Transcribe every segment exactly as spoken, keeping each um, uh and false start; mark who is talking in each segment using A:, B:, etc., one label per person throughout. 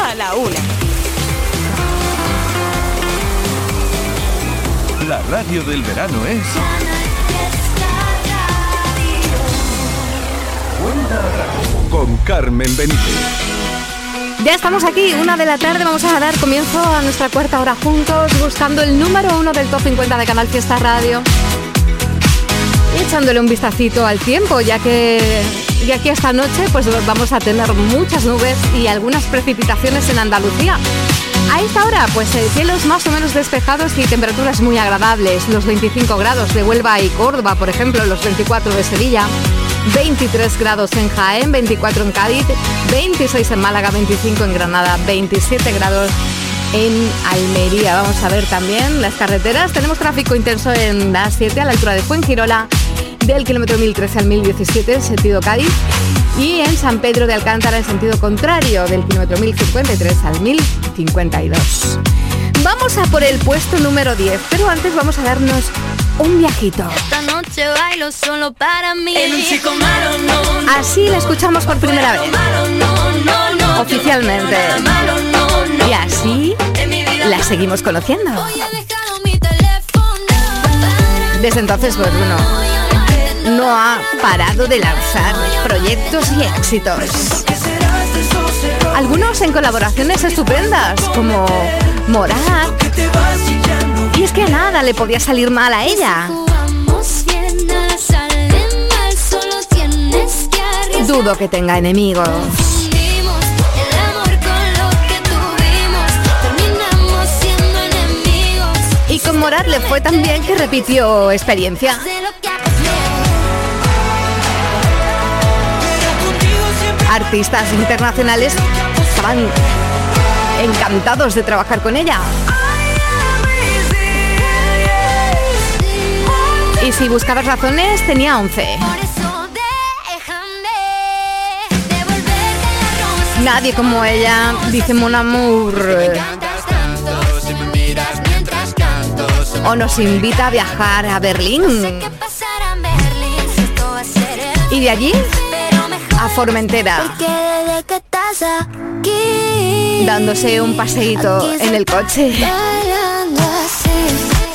A: a la una.
B: La radio del verano es... Cuenta Atrás, con Carmen Benítez.
C: Ya estamos aquí, una de la tarde, vamos a dar comienzo a nuestra cuarta hora juntos, buscando el número uno del Top cincuenta de Canal Fiesta Radio. Y echándole un vistacito al tiempo, ya que de aquí a esta noche pues vamos a tener muchas nubes y algunas precipitaciones en Andalucía. A esta hora, pues eh, cielos más o menos despejados y temperaturas muy agradables. Los veinticinco grados de Huelva y Córdoba, por ejemplo, los veinticuatro de Sevilla, veintitrés grados en Jaén, veinticuatro en Cádiz, veintiséis en Málaga, veinticinco en Granada, veintisiete grados en Almería. Vamos a ver también las carreteras. Tenemos tráfico intenso en la A siete a la altura de Fuengirola, del kilómetro mil trece al mil diecisiete en sentido Cádiz, y en San Pedro de Alcántara en sentido contrario, del kilómetro mil cincuenta y tres al mil cincuenta y dos. Vamos a por el puesto número diez, pero antes vamos a darnos un viajito.
D: Esta noche bailo solo para mí.
A: En un chico malo, no, no.
C: Así la escuchamos por primera vez,
A: Malo, no, no, no.
C: oficialmente.
A: Malo, no, no.
C: Y así
A: En mi vida
C: la seguimos conociendo.
D: Voy a dejar mi teléfono para
C: Desde entonces, pues bueno, no ha parado de lanzar proyectos y éxitos. Algunos en colaboraciones estupendas, como Morat. Y es que a nada le podía salir mal a ella.
D: jugamos bien, nada sale mal, solo tienes que arriesgar.
C: Dudo que tenga enemigos.
D: Confundimos el amor con lo que tuvimos, terminamos siendo enemigos.
C: Y con Morat le fue tan bien que repitió experiencia.
D: Sé lo que
C: Artistas internacionales estaban encantados de trabajar con ella. Y si buscabas razones, tenía once.
D: por eso déjame devolverte la rosa.
C: Nadie como ella, dice Mon Amour.
D: Cantas tanto, si me miras mientras canto.
C: O nos invita a viajar a Berlín.
D: ¿Qué pasará en Berlín? Si esto va a ser el
C: Y de allí
D: pero mejor
C: a Formentera,
D: porque desde que estás aquí
C: dándose un paseíto en el coche.
D: bailando así.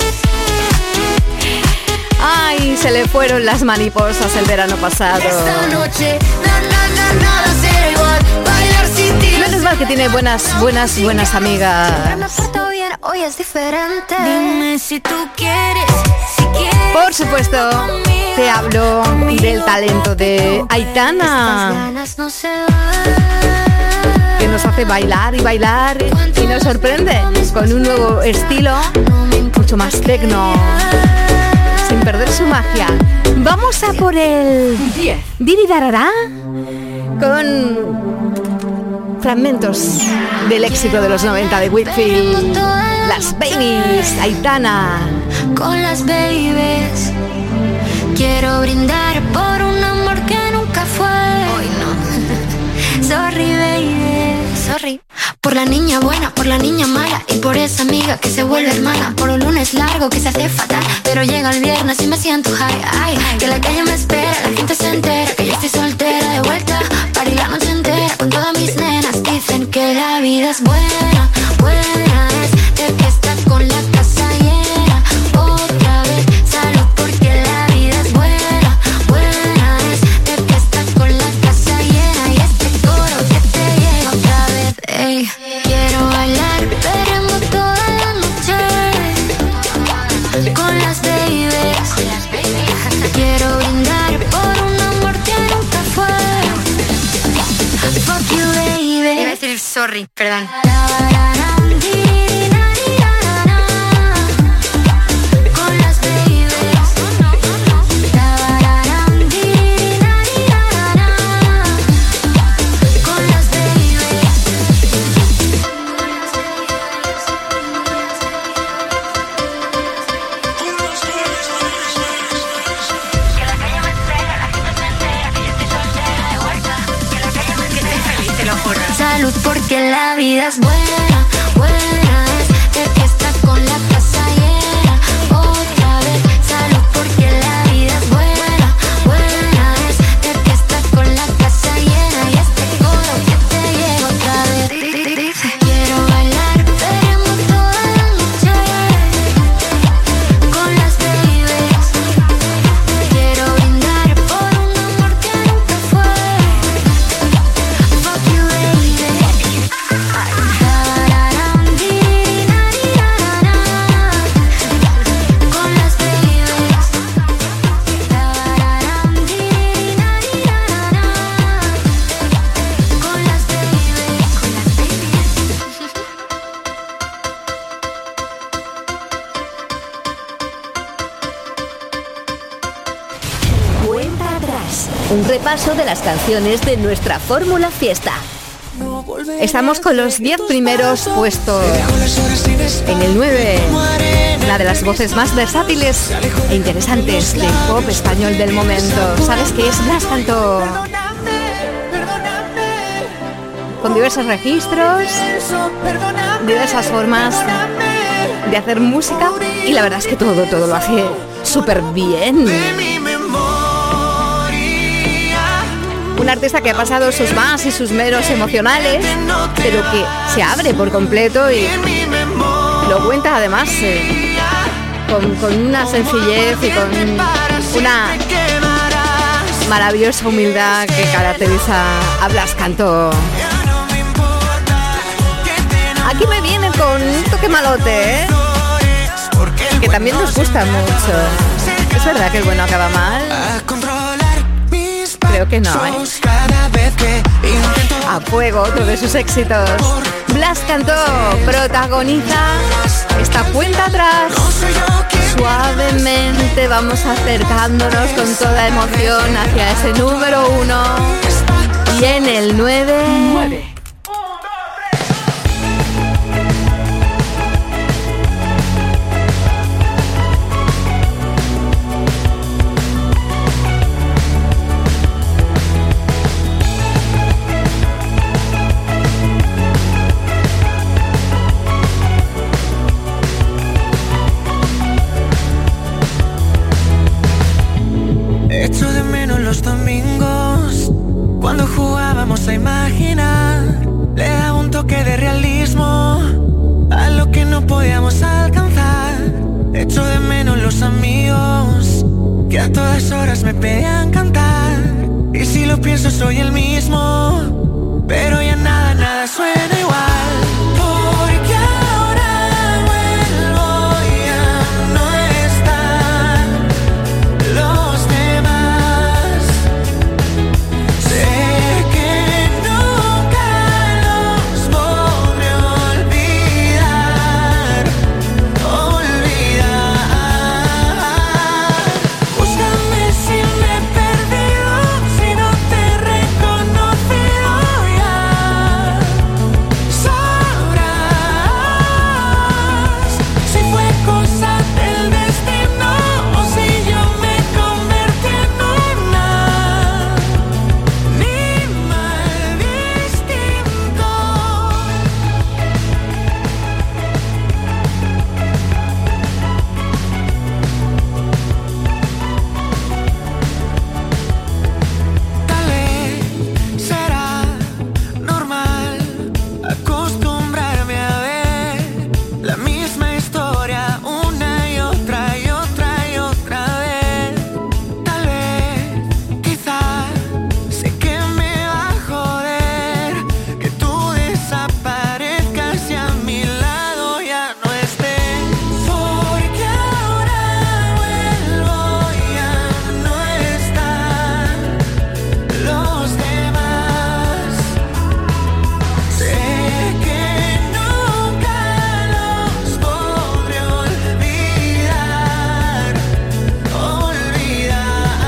C: Ay, se le fueron las mariposas el verano pasado.
D: Esta noche na, na, na, nada será igual. Bailar sin ti.
C: Menos mal que tiene buenas, buenas, buenas
D: Siempre me
C: amigas.
D: porto bien, hoy es diferente. Dime si tú quieres, si quieres.
C: Por supuesto, te hablo del talento de
D: Estas
C: Aitana,
D: ganas no se van.
C: que nos hace bailar y bailar y nos sorprende con un nuevo estilo mucho más tecno, sin perder su magia. Vamos a por el
A: diez.
C: Diri Darará con fragmentos del éxito de los noventa de Whitfield. Las Babies, Aitana.
D: Con las babies quiero brindar por un amor que nunca fue. Hoy no. Sorry, baby. Sorry. Por la niña buena, por la niña mala y por esa amiga que se vuelve hermana. Por un lunes largo que se hace fatal, pero llega el viernes y me siento high. Ay, que la calle me espera, la gente se entera que yo estoy soltera de vuelta. Party la noche entera con todas mis nenas. Dicen que la vida es buena, buena es de que estás con la casa llena. Otra vez salud porque la vida es buena, buena es de que estás con la casa llena. Y este coro que te llega otra vez. Ey, quiero bailar, veremos toda la noche con las babies. Quiero brindar por un amor que nunca fue. Fuck you, baby. Iba a decir sorry, perdón. Con las babies. Con las babies. Que la calle me espera, la gente se entera que yo estoy soltera de vuelta. Que la calle me espera, feliz, te lo juro. Salud porque la vida es buena, buena es de que estás con la casa llena. Otra vez, salud porque la vida es buena, buena es de que estás con la casa llena. Y este coro que te llega otra vez.
C: Un repaso de las canciones de nuestra Fórmula Fiesta. Estamos con los diez primeros puestos. En el nueve, una de las voces más versátiles e interesantes del pop español del momento. ¿Sabes qué es? Blas Cantó. Con diversos registros, diversas formas de hacer música, y la verdad es que todo, todo lo hace súper bien. Un artista que ha pasado sus más y sus menos emocionales, pero que se abre por completo y lo cuenta además eh, con, con una sencillez y con una maravillosa humildad que caracteriza a Blas Cantó. Aquí me viene con un toque malote, ¿eh? Que también nos gusta mucho. Es verdad que el bueno acaba mal. Creo que no, ¿eh? A fuego, otro de sus éxitos. Blas Cantó protagoniza esta cuenta atrás. Suavemente vamos acercándonos con toda emoción hacia ese número uno. Y en el nueve... nueve.
E: Echo de menos los domingos, cuando jugábamos a imaginar. Le daba un toque de realismo a lo que no podíamos alcanzar. Echo de menos los amigos que a todas horas me pedían cantar. Y si lo pienso soy el mismo, pero ya nada, nada suena igual. Porque ahora vuelvo y ya no están los demás. Sé que nunca los podré olvidar, olvidar. Búscame si me he perdido, si no te he reconocido ya. Sabrás si fue cosa del destino o si yo me convertí en una animal distinto. Tal vez será normal acostumbrarme a ver la misma historia una y otra y otra y otra vez. Tal vez, quizá, sé que me va a joder que tú desaparezcas y a mi lado ya no estés. Porque ahora vuelvo y ya no están los demás. Sé que nunca los podré olvidar, olvidar.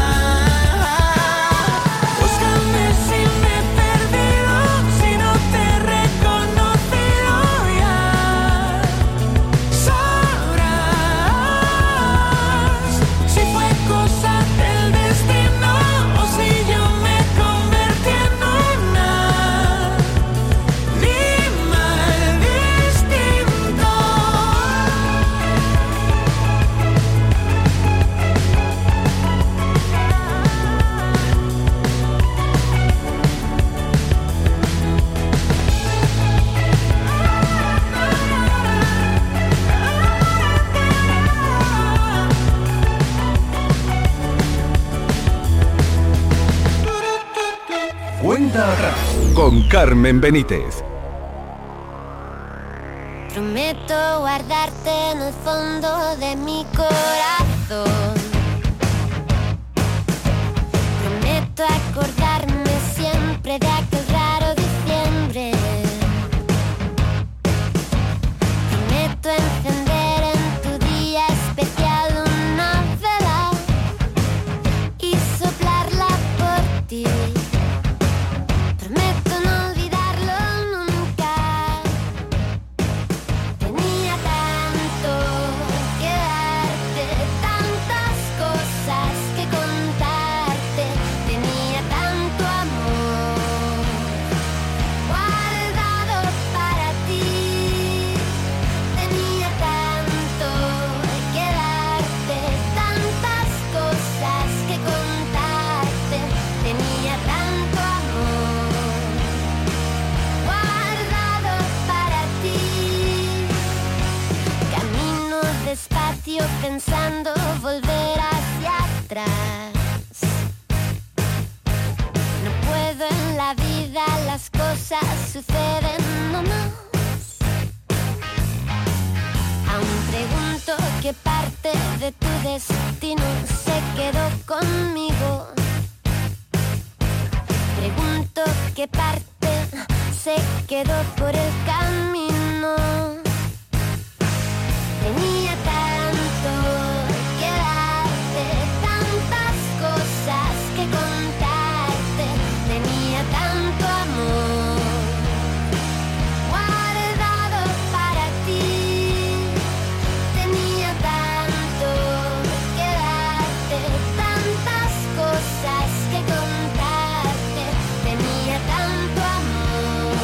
E: Búscame si me he perdido, si no te he reconocido ya. Sabrás si fue cosa del destino o si yo me convertí en una animal distinto.
B: Cuenta atrás con Carmen Benítez.
D: Prometo guardarte en el fondo de mi corazón. Prometo acordarme siempre de aquel raro diciembre. Prometo encender en tu día especial una vela y soplarla por cosas sucediéndonos. Aún pregunto qué parte de tu destino se quedó conmigo. Pregunto qué parte se quedó por el camino. Tenía tanto que darte, tantas cosas que contarte. Tenía tanto amor guardado para ti. Tenía tanto que darte, tantas cosas que contarte. Tenía tanto amor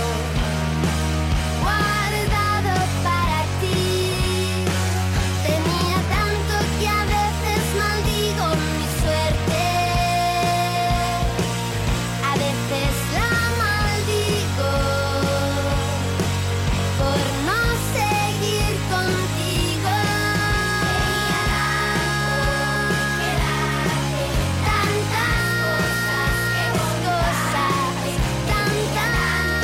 D: guardado para ti. Tenía tanto que a veces maldigo mi suerte. A veces la maldigo por no seguir contigo. Tantas cosas, tantas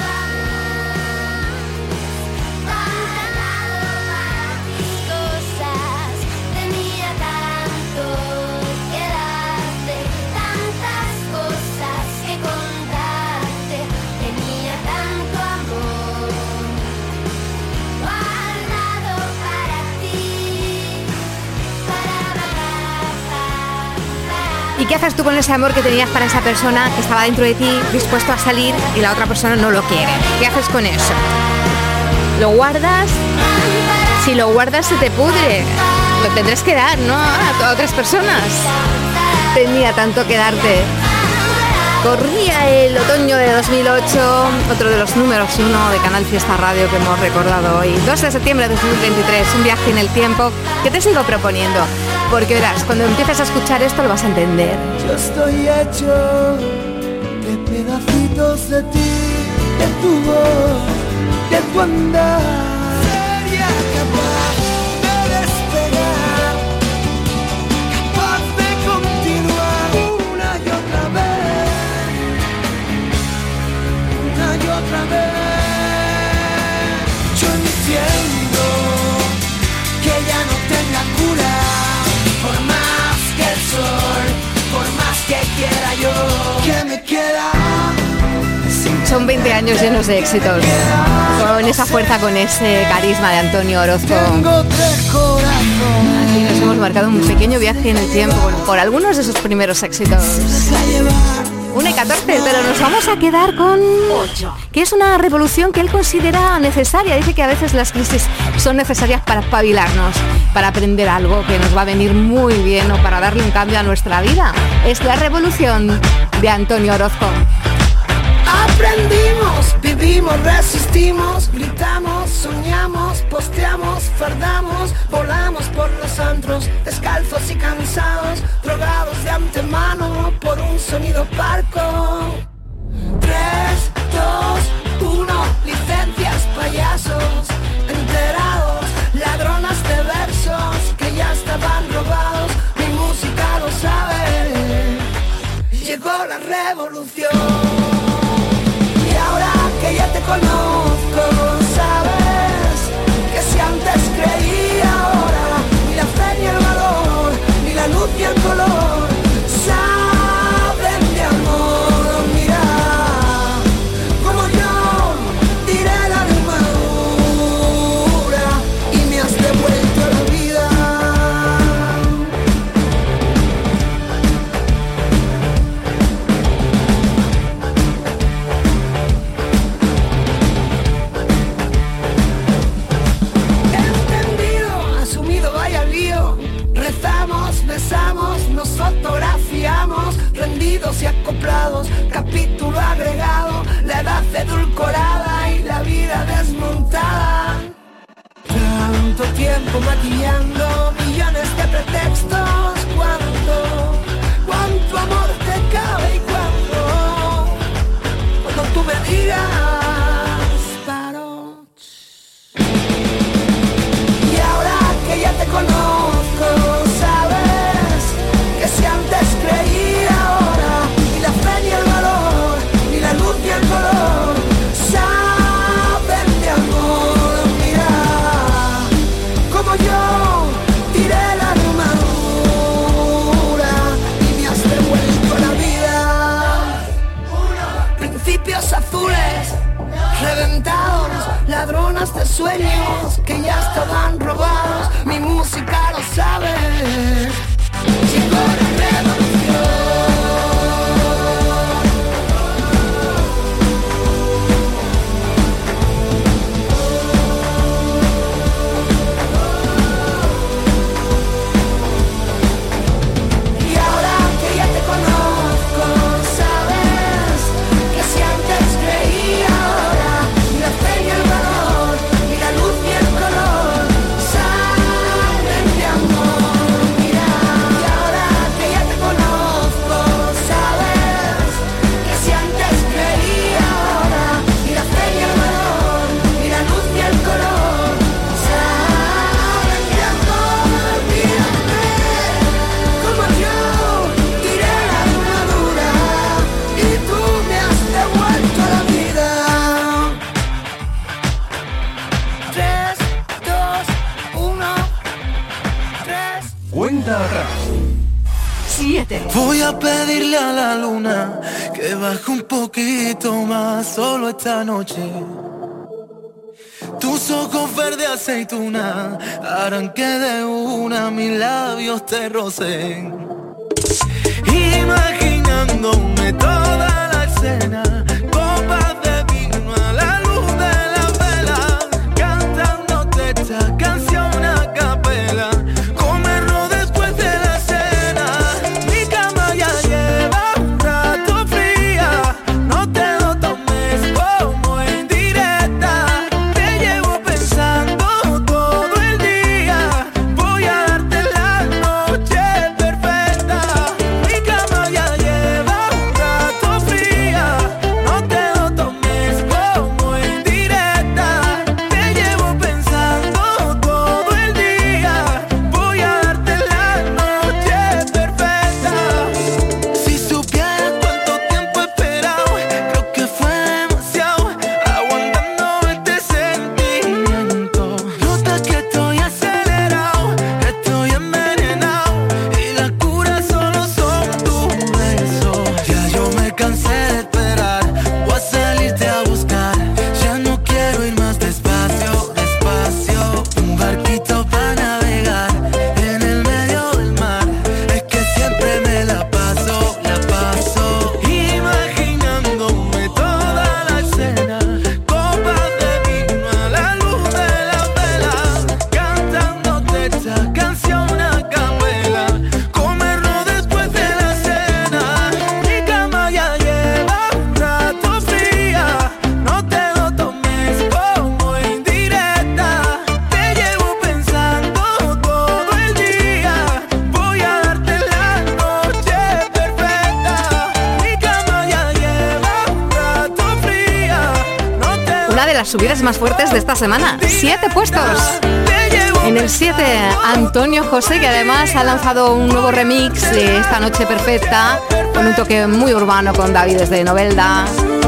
D: cosas. Tenía tanto que darte, tantas cosas que contarte. Tenía tanto amor guardado para ti.
C: ¿Y qué haces tú con ese amor que tenías para esa persona que estaba dentro de ti, dispuesto a salir, y la otra persona no lo quiere? ¿Qué haces con eso? ¿Lo guardas? Si lo guardas se te pudre. Lo tendrás que dar, ¿no? A otras personas. Tenía tanto que darte. Corría el otoño de dos mil ocho, otro de los números uno de Canal Fiesta Radio que hemos recordado hoy. dos de septiembre de dos mil veintitrés, un viaje en el tiempo que te sigo proponiendo. Porque verás, cuando empieces a escuchar esto lo vas a entender.
E: Yo estoy hecho de pedacitos de ti, de tu voz, de tu andar. Sería capaz de despegar, capaz de continuar una y otra vez, una y otra vez. Yo entiendo que ya no tenga cura, por más que el sol, por más que quiera yo, que me queda.
C: Son veinte años llenos de éxitos, con esa fuerza, con ese carisma de Antonio Orozco.
E: Tengo tres corazones.
C: Aquí nos hemos marcado un pequeño viaje en el tiempo bueno, por algunos de sus primeros éxitos. una y catorce, pero nos vamos a quedar con ocho, que es una revolución que él considera necesaria. Dice que a veces las crisis son necesarias para espabilarnos, para aprender algo que nos va a venir muy bien o para darle un cambio a nuestra vida. Es la revolución de Antonio Orozco.
E: Aprendimos, vivimos, resistimos, gritamos, soñamos, posteamos, fardamos, volamos por los antros, descalzos y cansados, drogados de antemano por un sonido parco. Tres, dos, uno, licencias, payasos, enterados, ladronas de versos que ya estaban robados, mi música lo sabe, llegó la revolución. Que ya te conozco, sabes que si antes creía ahora, ni la fe ni el valor, ni la luz ni el color, saben de amor, mira, como yo diré la armadura y me has devuelto la vida. Nos fotografiamos, rendidos y acoplados, capítulo agregado, la edad edulcorada y la vida desmontada. Tanto tiempo maquillando millones de pretextos, cuánto, cuánto amor te cabe y cuánto, cuando tú me digas paro. Y ahora que ya te conozco, si antes creía ahora, ni la fe ni el valor, ni la luz ni el color,
F: ladronas de sueños que ya estaban robados. Mi música lo sabe. Llegó la revolución.
E: Voy a pedirle a la luna que baje un poquito más solo esta noche. Tus ojos verde aceituna harán que de una mis labios te rocen. Imaginándome toda la escena, copas de vino a la luz de la vela, cantándote esta canción a capela.
C: Subidas más fuertes de esta semana, siete puestos. En el siete, Antonio José, que además ha lanzado un nuevo remix de Esta Noche Perfecta, con un toque muy urbano con David desde Novelda.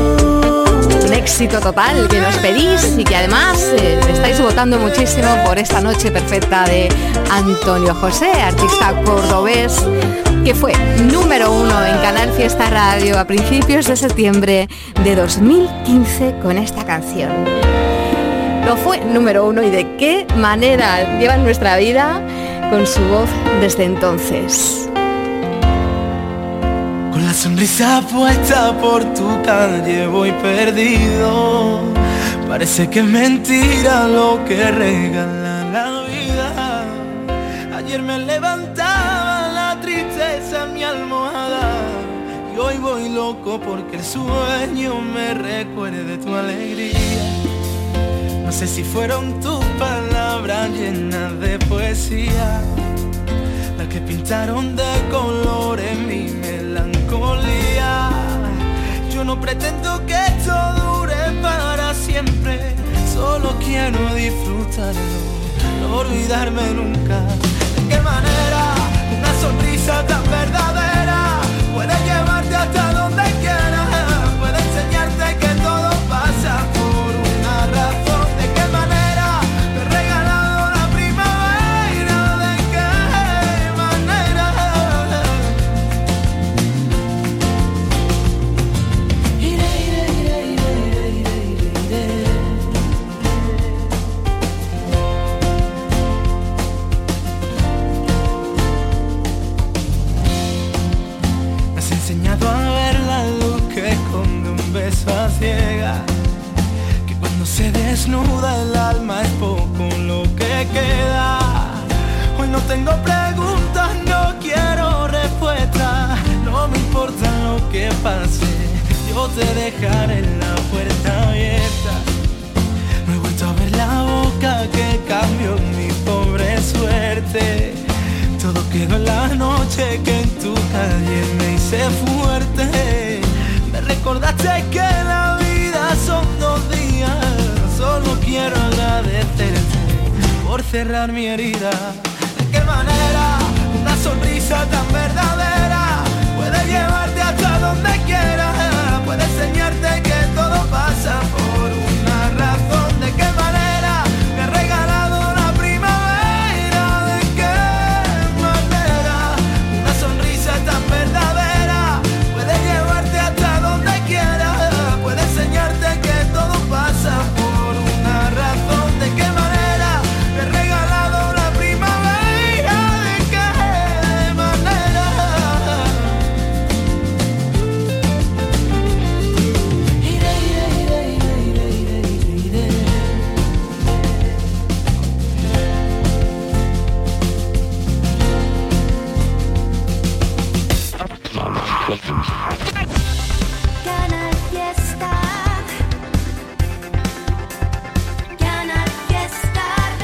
C: Un éxito total que nos pedís y que además eh, estáis votando muchísimo por Esta Noche Perfecta de Antonio José, artista cordobés, que fue número uno en Canal Fiesta Radio a principios de septiembre de dos mil quince con esta canción. Lo fue número uno y de qué manera lleva en nuestra vida con su voz desde entonces.
E: Con la sonrisa puesta por tu calle voy perdido. Parece que es mentira lo que regala la vida. Ayer me levantaba la tristeza en mi almohada y hoy voy loco porque el sueño me recuerde tu alegría. No sé si fueron tus palabras llenas de poesía las que pintaron de colores mi melancolía. Yo no pretendo que esto dure para siempre, solo quiero disfrutarlo, no olvidarme nunca. ¿De qué manera una sonrisa tan verdadera puede llevarte hasta donde quieras? Puede enseñarte que todo pasa por una razón. ¿De qué manera te he regalado la primavera? ¿De qué manera? Iré, iré, iré, iré, iré, iré. toda el alma, es poco lo que queda. Hoy no tengo preguntas, no quiero respuestas, no me importa lo que pase, yo te dejaré la puerta abierta. No he vuelto a ver la boca que cambió mi pobre suerte. Todo quedó en la noche que en tu calle me hice fuerte. Me recordaste que la vida son dos días. Solo quiero agradecerte por cerrar mi herida. ¿De qué manera una sonrisa tan verdadera puede llevarte hasta donde quieras? Puede enseñarte que todo pasa por una razón. ¿De qué manera me ha regalado la primavera? ¿De qué manera una sonrisa tan verdadera puede llevarte hasta donde quieras? Puede enseñarte que todo pasa por una razón. ¿De qué manera me ha regalado la primavera? ¿De qué manera?
D: Canal Fiesta. Canal Fiesta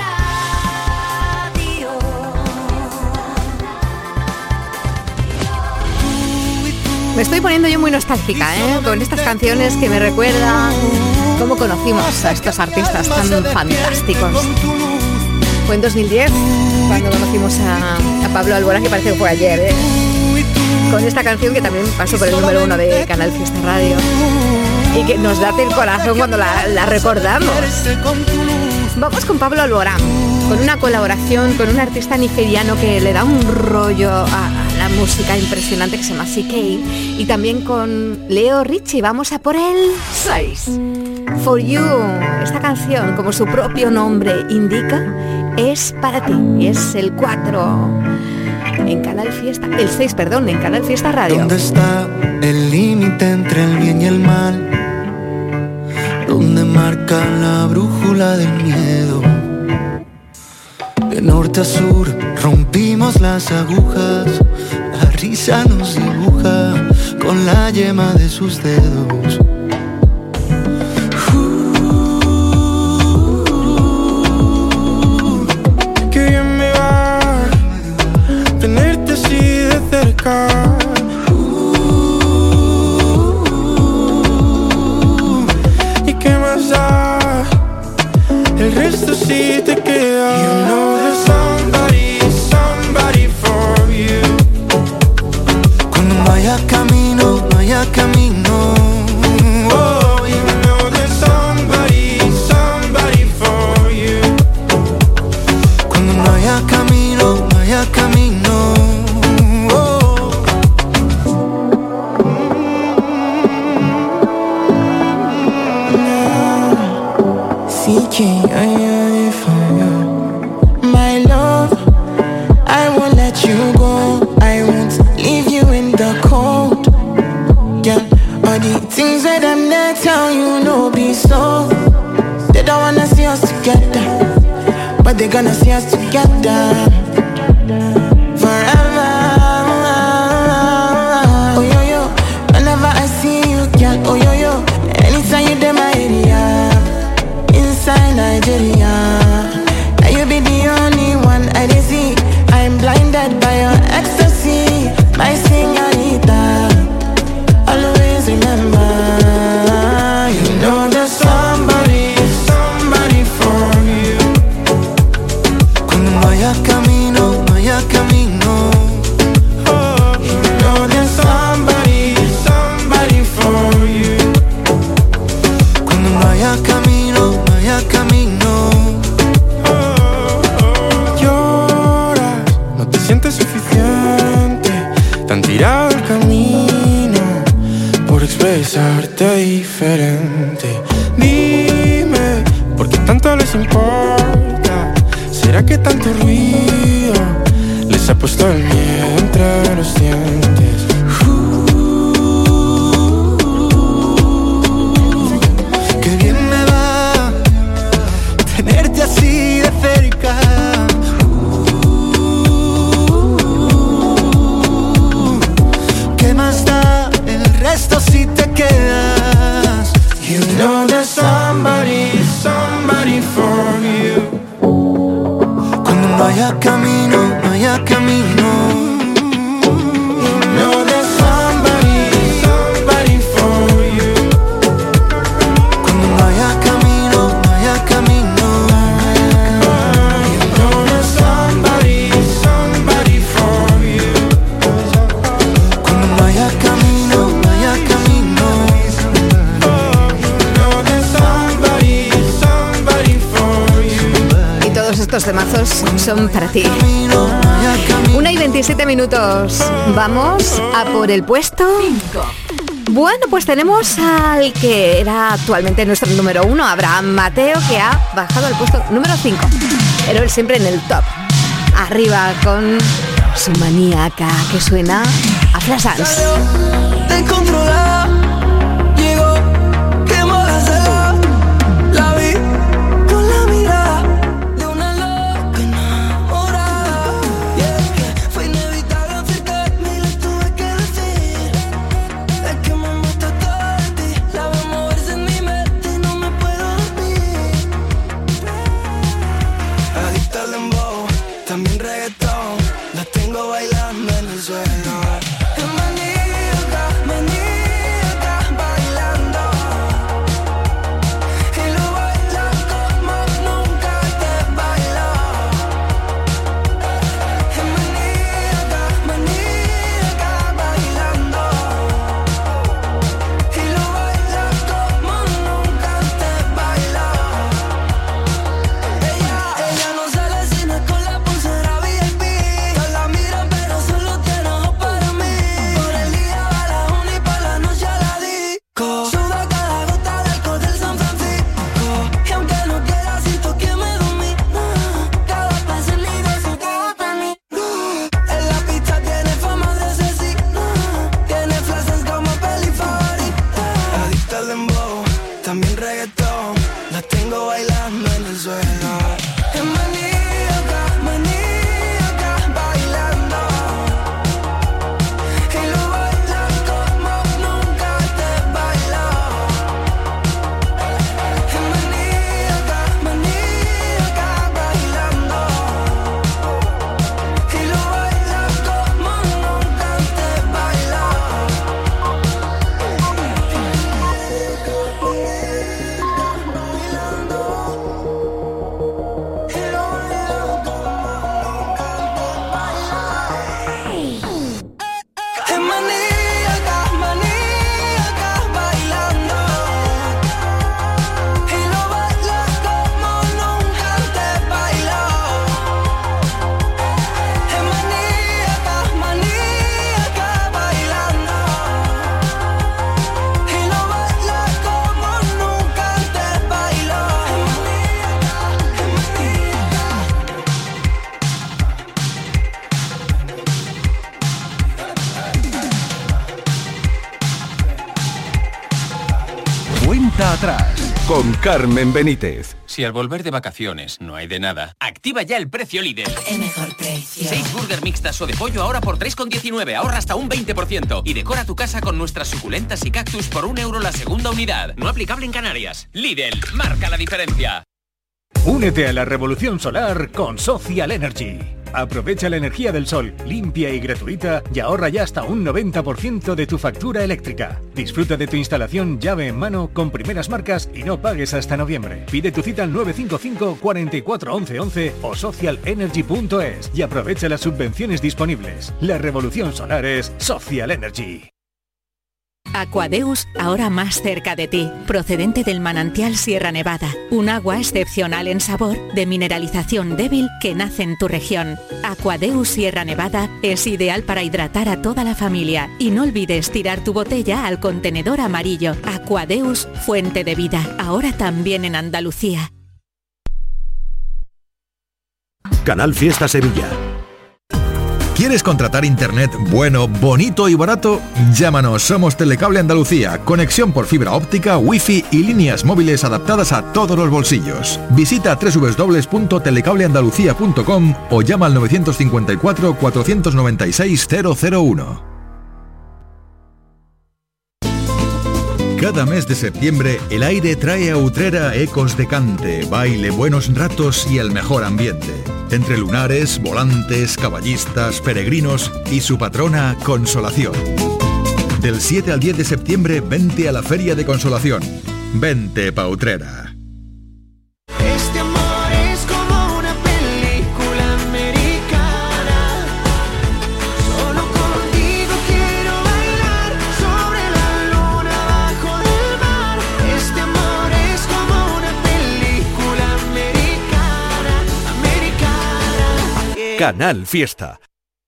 D: Radio.
C: Me estoy poniendo yo muy nostálgica, ¿eh? Con estas canciones que me recuerdan cómo conocimos a estos artistas tan fantásticos. Fue en dos mil diez cuando conocimos a, a Pablo Alborán, que parece que fue ayer, ¿eh? Con esta canción que también pasó por el número uno de Canal Fiesta Radio y que nos late el corazón cuando la, la recordamos. Vamos con Pablo Alborán, con una colaboración con un artista nigeriano que le da un rollo a, a la música impresionante que se llama C K, y también con Leo Richie. Vamos a por el seis. For You, esta canción, como su propio nombre indica, es para ti, y es el cuatro en Canal Fiesta, el seis, perdón, en Canal Fiesta Radio.
E: ¿Dónde está el límite entre el bien y el mal? ¿Dónde marca la brújula del miedo? De norte a sur rompimos las agujas, la risa nos dibuja con la yema de sus dedos. Qué bien me va tenerte así de cerca. ¿Y qué más da? El resto sí te queda. You know there's somebody, somebody for you. Cuando no haya camino, no haya camino. Oh, you know there's somebody, somebody for you. Cuando no haya camino, no haya camino. Oh. C K, I am for you. My love, I won't let you go. I won't leave you in the cold. Yeah, all the things that I'm not tell you, no be so. They don't wanna see us together, but they gonna see us together forever. Oh yo yo, whenever I see you, girl. Oh yo yo, anytime you in my area, inside Nigeria, now you be the only one I dey see. I'm blinded by your ecstasy, my señorita. Always remember, you know there's somebody, somebody for you. Cuando no haya camino, no haya camino. Oh, you know there's somebody, somebody for you. Cuando no haya camino, no haya camino. Oh, oh. Lloras, no te sientes suficiente, tan tirado el camino por expresarte diferente. Dime, ¿por qué tanto les importa? ¿Será que tanto ruido les ha puesto el miedo entre los dientes? Uh, qué bien me va haya camino, no haya camino. No there's somebody, somebody for you. Cuando no haya camino, no haya camino. No there's somebody, somebody for you. Cuando no haya camino, no haya camino. No there's somebody, somebody for you.
C: Y todos estos temazos son para ti. una y veintisiete minutos. Vamos a por el puesto cinco. Bueno, pues tenemos al que era actualmente nuestro número uno, Abraham Mateo, que ha bajado al puesto número cinco. Pero él siempre en el top. Arriba con su maníaca que suena a Flash Dance.
E: Descontrolada, llegó, quemó la sala. La vi con la mirada de una loca enamorada. Y es que fue inevitable acercarme y le tuve que decir: es que me gusta todo de ti. La veo moverse en mi mente y no me puedo dormir. Adicta al dembow, también reggaetón. La tengo bailando en el suelo. Es maníaca, maníaca, bailando. Y lo baila como nunca te bailó. Es maníaca, maníaca, bailando. Y lo baila como nunca te bailó. Ella, ella no sale si no es con la pulsera V I P. Todos la miran pero solo tiene ojos para mí. Por el día va la uni y por la noche a la disco. Suda cada gota del alcohol del San Francisco. Y aunque no quiera siento que me domina. Cada paso es líder su mí. En la pista tiene fama de asesina. Tiene frases como peli favorita. Adicta al dembow, también reggaetón. La tengo bailando en el suelo. Es maníaca, maníaca, bailando. Y lo baila como nunca te bailó. Es maníaca, maníaca, bailando. Y lo baila como nunca te bailó. Es maníaca, maníaca, bailando. Y lo baila como nunca te bailó. Es maníaca, maníaca, bailando. Y lo baila como nunca te bailó. Es maníaca,
B: Cuenta atrás con Carmen Benítez.
G: Si al volver de vacaciones no hay de nada, activa ya el precio Lidl.
A: El mejor precio.
G: seis burger mixtas o de pollo ahora por tres con diecinueve, ahorra hasta un veinte por ciento. Y decora tu casa con nuestras suculentas y cactus por un euro la segunda unidad. No aplicable en Canarias. Lidl, marca la diferencia.
H: Únete a la revolución solar con Social Energy. Aprovecha la energía del sol, limpia y gratuita, y ahorra ya hasta un noventa por ciento de tu factura eléctrica. Disfruta de tu instalación llave en mano con primeras marcas y no pagues hasta noviembre. Pide tu cita al nueve cinco cinco, cuatro cuatro, once once o social energy punto es y aprovecha las subvenciones disponibles. La revolución solar es Social Energy.
I: Aquadeus, ahora más cerca de ti, procedente del manantial Sierra Nevada, un agua excepcional en sabor, de mineralización débil que nace en tu región. Aquadeus Sierra Nevada es ideal para hidratar a toda la familia y no olvides tirar tu botella al contenedor amarillo. Aquadeus, fuente de vida, ahora también en Andalucía.
J: Canal Fiesta Sevilla. ¿Quieres contratar internet bueno, bonito y barato? Llámanos, somos Telecable Andalucía, conexión por fibra óptica, wifi y líneas móviles adaptadas a todos los bolsillos. Visita doble u doble u doble u punto telecable andalucía punto com o llama al nueve cinco cuatro, cuatro nueve seis, cero cero uno. Cada mes de septiembre, el aire trae a Utrera ecos de cante, baile, buenos ratos y el mejor ambiente. Entre lunares, volantes, caballistas, peregrinos y su patrona, Consolación. Del siete al diez de septiembre, vente a la Feria de Consolación. Vente pa' Utrera.
E: Este amor es como una película americana. Solo contigo quiero bailar sobre la luna bajo el mar. Este amor es como una película americana, americana. Yeah.
B: Canal Fiesta.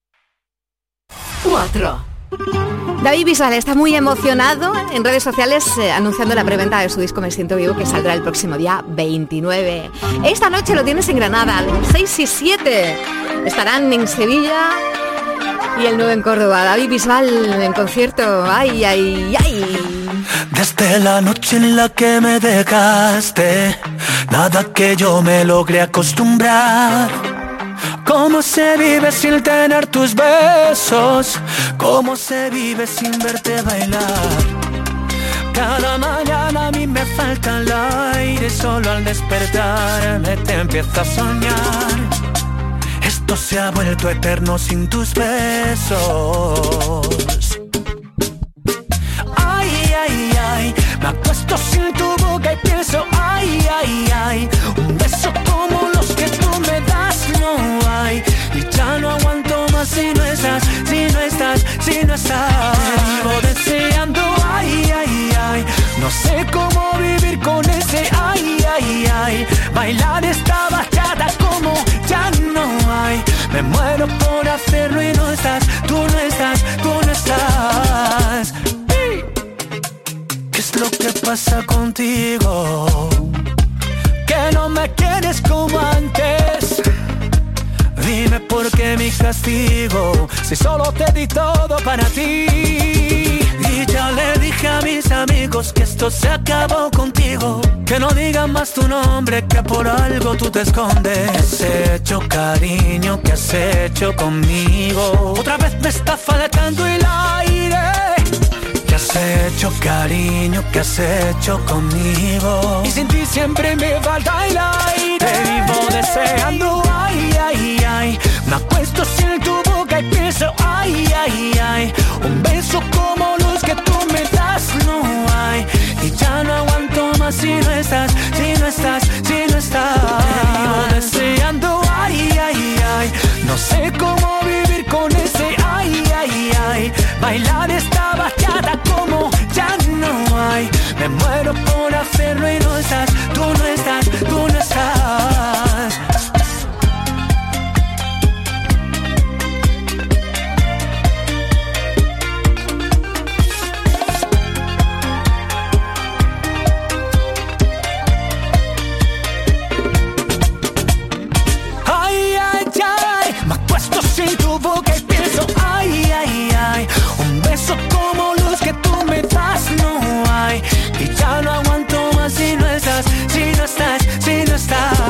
C: cuatro. David Bisbal está muy emocionado en redes sociales eh, anunciando la preventa de su disco Me Siento Vivo, que saldrá el próximo día veintinueve. Esta noche lo tienes en Granada, seis y siete. Estarán en Sevilla y el nueve en Córdoba. David Bisbal en concierto. Ay, ay, ay.
K: Desde la noche en la que me dejaste, nada que yo me logré acostumbrar. ¿Cómo se vive sin tener tus besos? ¿Cómo se vive sin verte bailar? Cada mañana a mí me falta el aire, solo al despertarme te empiezo a soñar. Esto se ha vuelto eterno sin tus besos. Ay, ay, ay, me acuesto sin tu boca y pienso, ay, ay, ay, un beso como los que tú me das no hay. Y ya no aguanto más si no estás, si no estás, si no estás. Te vivo deseando, ay, ay, ay, no sé cómo vivir con ese, ay, ay, ay. Bailar esta bachata como ya no hay. Me muero por hacerlo y no estás, tú no estás, tú no estás. ¿Qué es lo que pasa contigo? Que no me quieres como antes. Dime por qué mi castigo, si solo te di todo para ti. Y ya le dije a mis amigos que esto se acabó contigo. Que no digan más tu nombre, que por algo tú te escondes. ¿Qué has hecho, cariño? ¿Qué has hecho conmigo? Otra vez me está faltando el aire. ¿Qué has hecho, cariño? ¿Qué has hecho conmigo? Y sin ti siempre me falta el aire. Te vivo deseando, ay, ay, ay. Me acuesto sin tu boca y pienso, ay, ay, ay. Un beso como los que tú me das no hay. Y ya no aguanto más si no estás, si no estás, si no estás. Te vivo deseando, ay, ay, ay. No sé cómo vivir con ese, ay, ay, ay. Bailar esta bachata como ya no hay. Me muero por hacerlo y no estás, tú no estás, tú no estás. Ay, ay, ay, me acuesto sin tu boca y pienso, ay, ay, ay. Un beso como los que tú me das no hay. Y ya no aguanto más si no estás, si no estás, si no estás.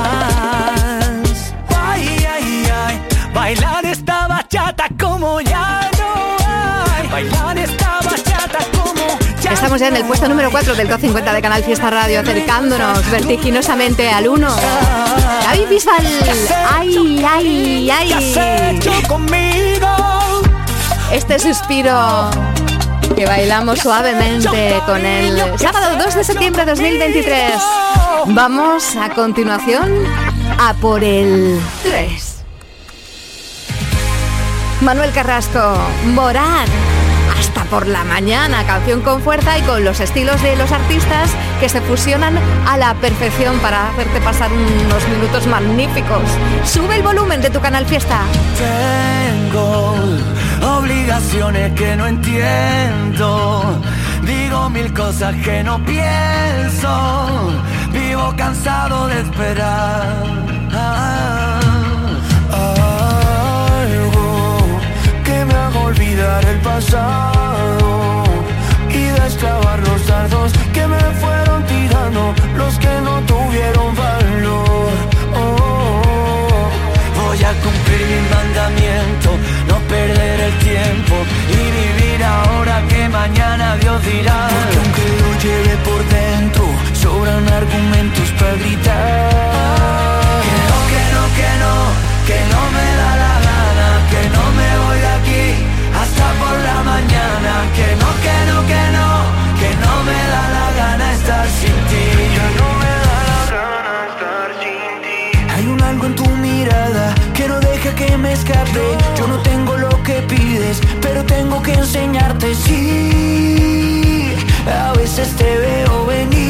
K: Ay, ay, ay, bailar esta bachata como ya no hay. Bailar esta bachata como ya.
C: Estamos ya en el puesto número cuatro del Top cincuenta de Canal Fiesta Radio, acercándonos vertiginosamente al uno. David Bisbal, ay, ay, ay.
K: ¿Qué has hecho conmigo?
C: Este suspiro que bailamos suavemente con el sábado dos de septiembre de dos mil veintitrés. Vamos a continuación a por el tres. Manuel Carrasco, Morad, hasta por la mañana, canción con fuerza y con los estilos de los artistas que se fusionan a la perfección para hacerte pasar unos minutos magníficos. Sube el volumen de tu Canal Fiesta.
K: Tengo obligaciones que no entiendo. Digo mil cosas que no pienso. Vivo cansado de esperar. Ah, algo que me haga olvidar el pasado y destrabar los dardos que me fueron tirando los que no tuvieron valor. Oh, voy a cumplir mi mandamiento, no perder el tiempo y vivir ahora que mañana Dios dirá. Porque aunque yo lleve momentos para gritar. Que no, que no, que no, que no me da la gana, que no me voy de aquí hasta por la mañana. Que no, que no, que no, que no me da la gana estar sin ti. Que no me da la gana estar sin ti. Hay un algo en tu mirada que no deja que me escape. Yo no tengo lo que pides, pero tengo que enseñarte. Sí, a veces te veo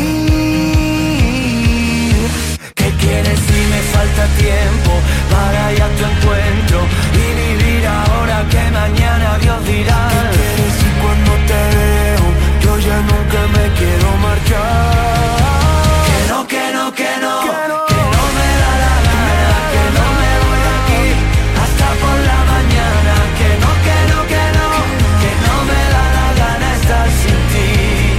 K: venir. ¿Qué quieres si me falta tiempo para ir a tu encuentro y vivir ahora que mañana Dios dirá? ¿Qué quieres si cuando te veo yo ya nunca me quiero marchar? Que no, que no, que no, que no, que no me da la gana, que no me voy de aquí hasta por la mañana. Que no, que no, que no, que no me da la gana estar sin ti.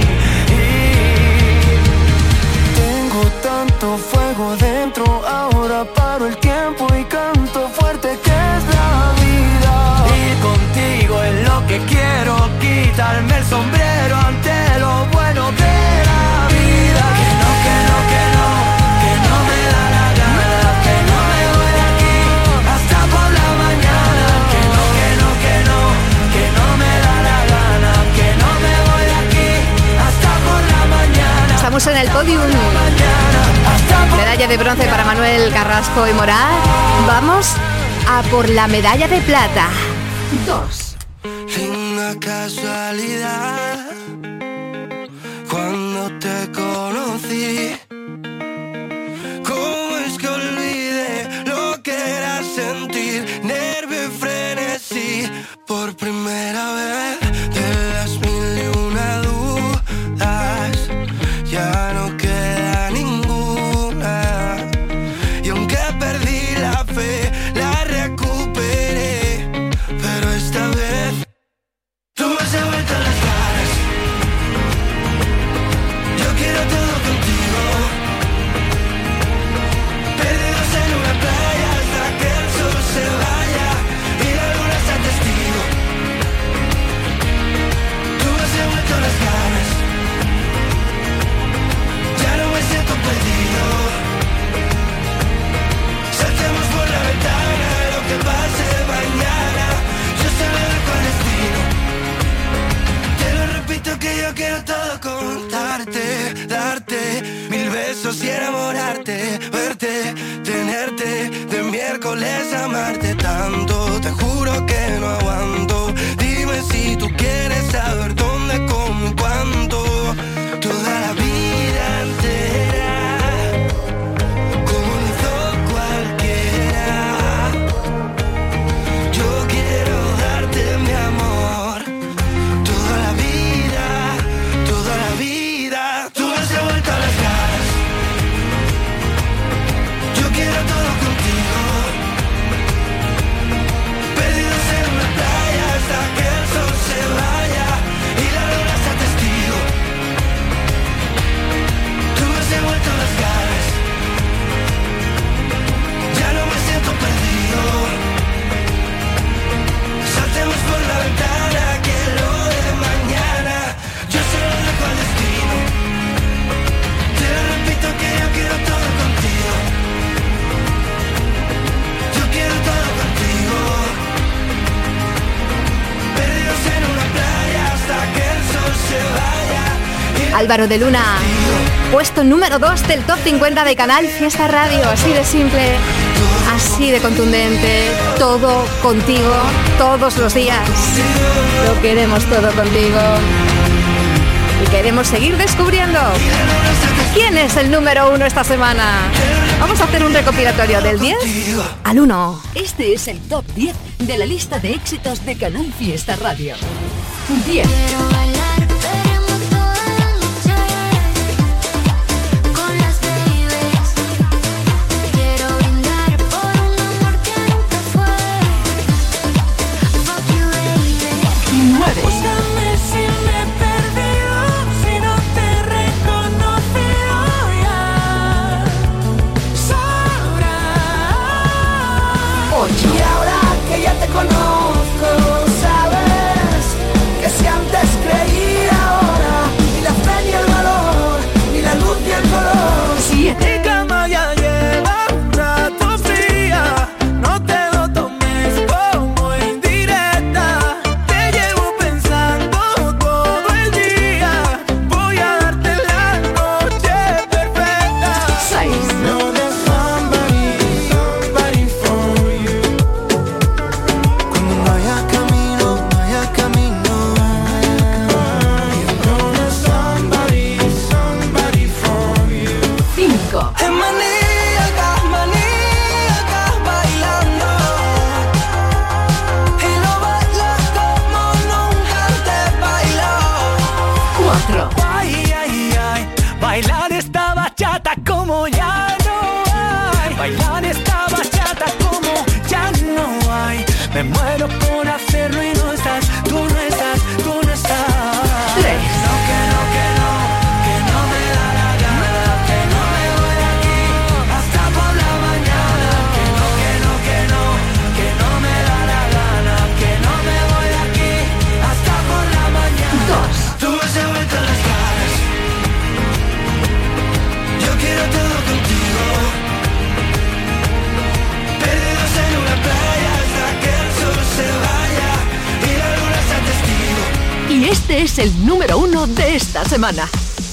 K: Tengo tanto fuego dentro, ahora paro el tiempo y canto fuerte que es la vida. Ir contigo es lo que quiero, quitarme el sombrero ante lo bueno de la vida. Que no, que no, que no, que no me da la gana, que no me voy de aquí hasta por la mañana. Que no, que no, que no, que no me da la gana, que no me voy de aquí hasta por la mañana.
C: Estamos en el podium. Medalla de bronce para Manuel Carrasco y Morat. Vamos a por la medalla de plata. Dos.
K: Linda casualidad, cuando te conocí, ¿cómo es que olvidé lo que era sentir nervio y frenesí? Por primera vez de las mil y una dudas, ya no queda ninguna. Y aunque perdí la fe, la recuperé, pero esta vez tú me has devuelto las ganas. Yo quiero todo contigo, perdidos en una playa hasta que el sol se vaya y la luna sea testigo. Tú me has devuelto las ganas, ya no me siento perdido. Saltemos por la ventana, lo que pase mañana, yo se lo dejo al destino. Te lo repito que yo quiero todo contarte, darte mil besos y enamorarte, verte, tenerte, de miércoles amarte tanto. Te juro que no aguanto, dime si tú quieres saber dónde, cómo y cuándo. Toda la vida entera, como lo hizo cualquiera. Yo quiero darte mi amor, toda la vida, toda la vida. Tú me has devuelto las ganas, yo quiero todo contigo, perdidos en una playa hasta que el sol se vaya y la luna sea testigo. Tú me has devuelto las ganas, ya no me siento perdido. Saltemos por la ventana, que lo de mañana yo se lo dejo al destino. Te lo repito que yo quiero todo contigo, yo quiero todo contigo, perdidos en una playa hasta que el sol se vaya.
C: Álvaro de Luna, puesto número dos del top cincuenta de Canal Fiesta Radio. Así de simple, así de contundente. Todo contigo, todos los días. Lo queremos todo contigo. Y queremos seguir descubriendo quién es el número uno esta semana. Vamos a hacer un recopilatorio del diez al uno.
A: Este es el top diez de la lista de éxitos de Canal Fiesta Radio. diez.
F: Y ahora que ya te conozco, sabes que si antes creí
K: Cantan esta bachata como ya no hay. Me muero por hacerlo y no estás, tú no estás, tú no estás.
C: Tres.
K: No, que no, que no, que no me da la gana, que no me voy de aquí hasta por la mañana. Que no, que no, que no, que no me da la gana, que no me voy de aquí hasta por la mañana.
C: Dos.
K: Tú esa vuelta en las caras, yo quiero todo contigo. Perdidos en una playa hasta que el sol se vaya y la luna sea testigo.
A: Y este es el número uno de esta semana.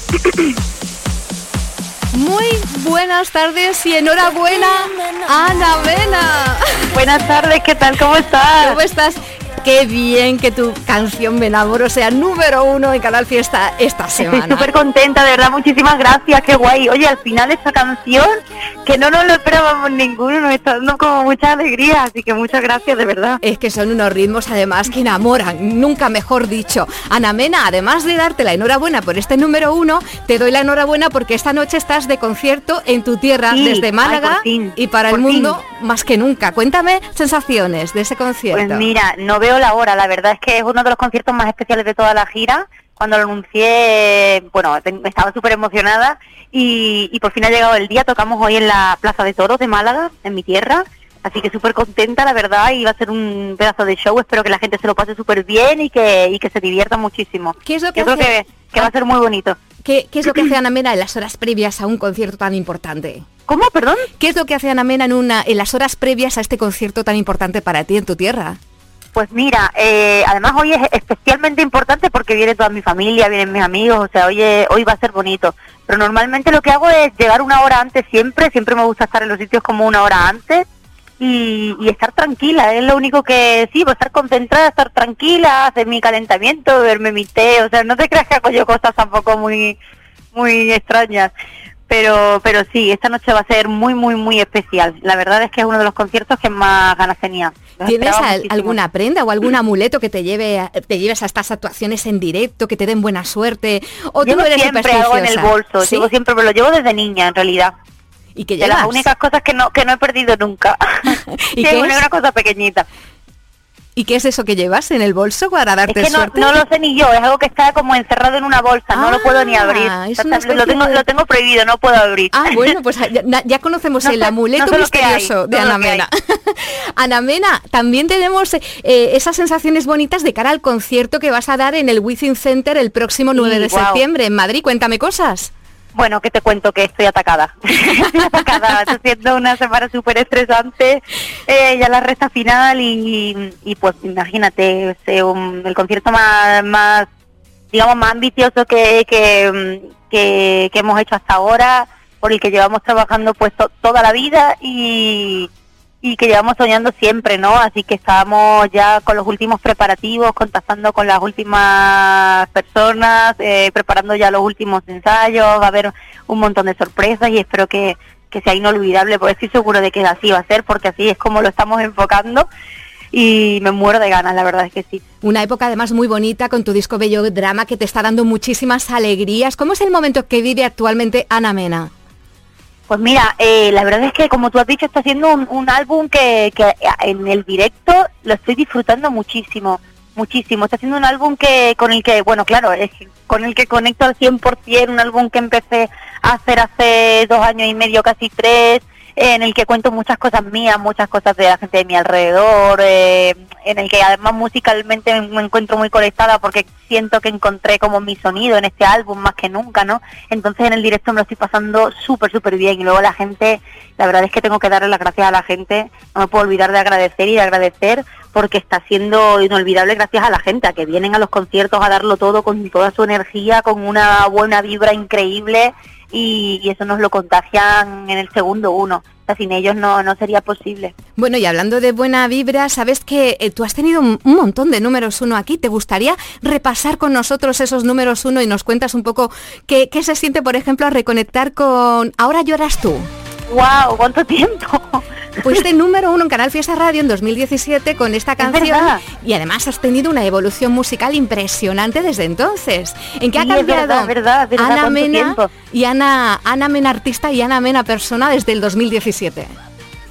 C: Muy buenas tardes y enhorabuena, Ana Mena.
L: Buenas tardes, ¿qué tal? ¿Cómo estás?
C: ¿Cómo estás? Qué bien que tu canción Me Enamoro sea número uno en Canal Fiesta esta semana.
L: Estoy súper contenta, de verdad, muchísimas gracias, qué guay. Oye, al final esta canción, que no nos lo esperábamos ninguno, nos está dando como mucha alegría, así que muchas gracias, de verdad.
C: Es que son unos ritmos además que enamoran, nunca mejor dicho. Ana Mena, además de darte la enhorabuena por este número uno, te doy la enhorabuena porque esta noche estás de concierto en tu tierra,
L: Sí,
C: desde Málaga,
L: ay, por fin,
C: y para
L: por
C: el mundo
L: fin.
C: más que nunca. Cuéntame sensaciones de ese concierto.
L: Pues mira, no veo la hora, la verdad es que es uno de los conciertos más especiales de toda la gira. Cuando lo anuncié, bueno, te- estaba súper emocionada y, y por fin ha llegado el día. Tocamos hoy en la Plaza de Toros de Málaga, en mi tierra, así que súper contenta, la verdad, y va a ser un pedazo de show. Espero que la gente se lo pase súper bien y que, y que se divierta muchísimo.
C: ¿Qué es lo que
L: Yo creo
C: hace-
L: que, que va a ser muy bonito.
C: ¿Qué, qué es lo que hace Ana Mena en las horas previas a un concierto tan importante?
L: ¿Cómo? ¿Perdón?
C: ¿Qué es lo que hace Ana Mena en, una, en las horas previas a este concierto tan importante para ti en tu tierra?
L: Pues mira, eh, además hoy es especialmente importante porque viene toda mi familia, vienen mis amigos, o sea, hoy, es- hoy va a ser bonito. Pero normalmente lo que hago es llegar una hora antes siempre, siempre me gusta estar en los sitios como una hora antes y, y estar tranquila, es lo único que sí, pues estar concentrada, estar tranquila, hacer mi calentamiento, beberme mi té, o sea, no te creas que hago yo cosas tampoco muy, muy extrañas. Pero pero sí, esta noche va a ser muy, muy, muy especial. La verdad es que es uno de los conciertos que más ganas tenía. Los
C: ¿Tienes
L: esperaba
C: al-
L: muchísimo.
C: alguna prenda o algún amuleto que te lleve a- te lleves a estas actuaciones en directo, que te den buena suerte? ¿O tú
L: Llevo
C: no eres
L: siempre algo en el
C: supersticiosa?
L: bolso,
C: ¿Sí?
L: llevo siempre, pero lo llevo desde niña en realidad.
C: ¿Y qué
L: De
C: llevas?
L: las únicas cosas que no que no he perdido nunca.
C: ¿Y
L: Sí,
C: qué
L: una,
C: es?
L: una cosa pequeñita.
C: ¿Y qué es eso que llevas en el bolso para
L: Es
C: darte
L: que no,
C: suerte?
L: no lo sé ni yo, es algo que está como encerrado en una bolsa, no lo puedo ni abrir.
C: es
L: O sea,
C: una
L: lo,
C: especie
L: tengo,
C: de-
L: lo tengo prohibido, no puedo abrir.
C: Ah, bueno, pues ya, ya conocemos
L: No
C: el
L: sé-
C: amuleto
L: no sé lo que hay,
C: misterioso de
L: no sé
C: Ana
L: lo que hay.
C: Mena. Ana Mena, también tenemos eh, esas sensaciones bonitas de cara al concierto que vas a dar en el Within Center el próximo
L: Sí,
C: nueve de
L: guau.
C: septiembre en Madrid. Cuéntame cosas.
L: Bueno, que te cuento que estoy atacada. Estoy atacada, está siendo una semana súper estresante, eh, ya la recta final y, y pues imagínate, es eh, un- el concierto más, más, digamos, más ambicioso que, que, mm, que, que hemos hecho hasta ahora, por el que llevamos trabajando pues to- toda la vida y, y que llevamos soñando siempre, ¿no? Así que estábamos ya con los últimos preparativos, contactando con las últimas personas, eh, preparando ya los últimos ensayos, va a haber un montón de sorpresas y espero que, que sea inolvidable, porque estoy seguro de que así va a ser, porque así es como lo estamos enfocando y me muero de ganas, la verdad es que sí.
C: Una época además muy bonita con tu disco Bello Drama que te está dando muchísimas alegrías. ¿Cómo es el momento que vive actualmente Ana Mena?
L: Pues mira, eh, la verdad es que como tú has dicho, está haciendo un, un álbum que, que en el directo lo estoy disfrutando muchísimo, muchísimo. Está haciendo un álbum que con el que, bueno, claro, es que con el que conecto al cien por ciento, un álbum que empecé a hacer hace dos años y medio, casi tres, en el que cuento muchas cosas mías, muchas cosas de la gente de mi alrededor, eh, en el que además musicalmente me encuentro muy conectada porque siento que encontré como mi sonido en este álbum más que nunca, ¿no? Entonces en el directo me lo estoy pasando súper, súper bien y luego la gente, la verdad es que tengo que darle las gracias a la gente, no me puedo olvidar de agradecer y de agradecer porque está siendo inolvidable gracias a la gente, a que vienen a los conciertos a darlo todo con toda su energía, con una buena vibra increíble y, y eso nos lo contagian en el segundo uno. O sea, sin ellos no, no sería posible.
C: Bueno, y hablando de buena vibra, sabes que eh, tú has tenido un, un montón de números uno aquí. ¿Te gustaría repasar con nosotros esos números uno y nos cuentas un poco qué, qué se siente, por ejemplo, a reconectar con Ahora lloras tú?
L: ¡Wow! ¿Cuánto tiempo?
C: Fuiste número uno en Canal Fiesta Radio en dos mil diecisiete con esta canción
L: verdad.
C: y además has tenido una evolución musical impresionante desde entonces. ¿En qué
L: Sí,
C: ha
L: es
C: cambiado
L: verdad, verdad, verdad,
C: Ana
L: ¿cuánto
C: Mena
L: tiempo?
C: y Ana, Ana Mena artista y Ana Mena persona desde el dos mil diecisiete?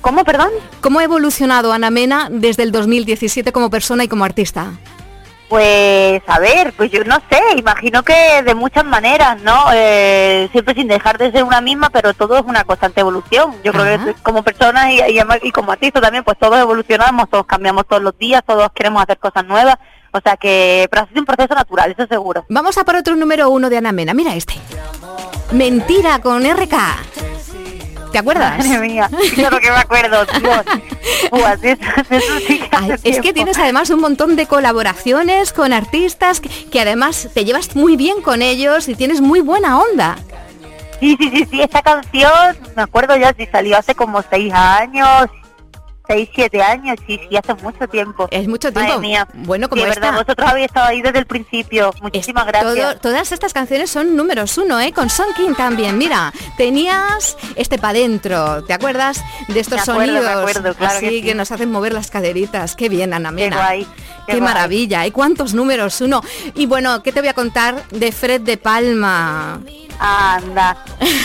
L: ¿Cómo, perdón?
C: ¿Cómo ha evolucionado Ana Mena desde el dos mil diecisiete como persona y como artista?
L: Pues, a ver, pues yo no sé, imagino que de muchas maneras, ¿no? Eh, siempre sin dejar de ser una misma, pero todo es una constante evolución. Yo Ajá. creo que como personas y, y, y como artistas también, pues todos evolucionamos, todos cambiamos todos los días, todos queremos hacer cosas nuevas. O sea que, pero ha sido un proceso natural, eso seguro.
C: Vamos a por otro número uno de Ana Mena, mira este. Mentira con R K. ¿Te acuerdas?
L: Madre mía, claro que me acuerdo, Dios. Uf, eso, eso sí que
C: Ay, es que tienes además un montón de colaboraciones con artistas que, que además te llevas muy bien con ellos y tienes muy buena onda.
L: Sí, sí, sí, sí, esta canción, me acuerdo ya si salió hace como seis años, seis, siete años, sí, sí, hace mucho tiempo.
C: Es mucho tiempo.
L: Madre mía.
C: Bueno, como
L: sí,
C: esta.
L: verdad, vosotros habéis estado ahí desde el principio. Muchísimas
C: es,
L: gracias.
C: Todo, todas estas canciones son números uno, ¿eh? Con Son King también. Mira, tenías este pa' dentro, ¿te acuerdas de estos
L: me acuerdo,
C: sonidos?
L: Me acuerdo, claro
C: así
L: que, sí.
C: que nos hacen mover las caderitas. Qué bien, Ana Mena.
L: Qué guay.
C: Qué,
L: Qué
C: maravilla. ¿Y cuántos números uno? Y bueno, ¿qué te voy a contar de Fred de Palma?
L: Anda.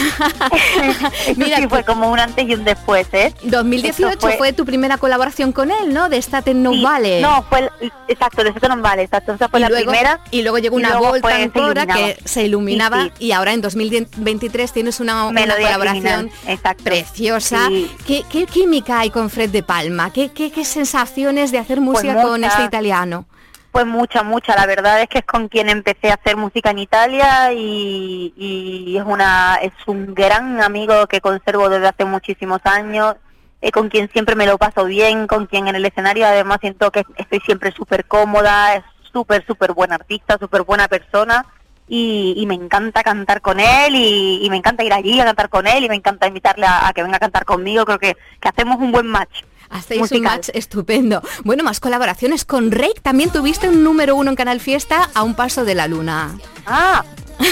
L: Mira, sí fue como un antes y un después, ¿eh?
C: dos mil dieciocho fue... fue tu primera colaboración con él, ¿no? De Staten No
L: sí,
C: Vale.
L: No, fue el, exacto, de Staten No Vale, exacto, esa fue
C: y
L: la
C: luego,
L: primera.
C: Y luego llegó una Volta Ancora que se iluminaba
L: sí, sí.
C: y ahora en dos mil veintitrés tienes una, una colaboración preciosa. Sí. ¿Qué, ¿Qué química hay con Fred de Palma? ¿Qué, qué, qué sensaciones de hacer música
L: pues
C: con este italiano?
L: Pues mucha, mucha. La verdad es que es con quien empecé a hacer música en Italia y, y es una es un gran amigo que conservo desde hace muchísimos años, eh, con quien siempre me lo paso bien, con quien en el escenario además siento que estoy siempre súper cómoda, es súper, súper buena artista, súper buena persona y, y me encanta cantar con él y, y me encanta ir allí a cantar con él y me encanta invitarle a, a que venga a cantar conmigo. Creo que, que hacemos un buen match.
C: Hacéis musical. Un match estupendo. Bueno, más colaboraciones con Rake. También tuviste un número uno en Canal Fiesta, A un paso de la luna.
L: Ah,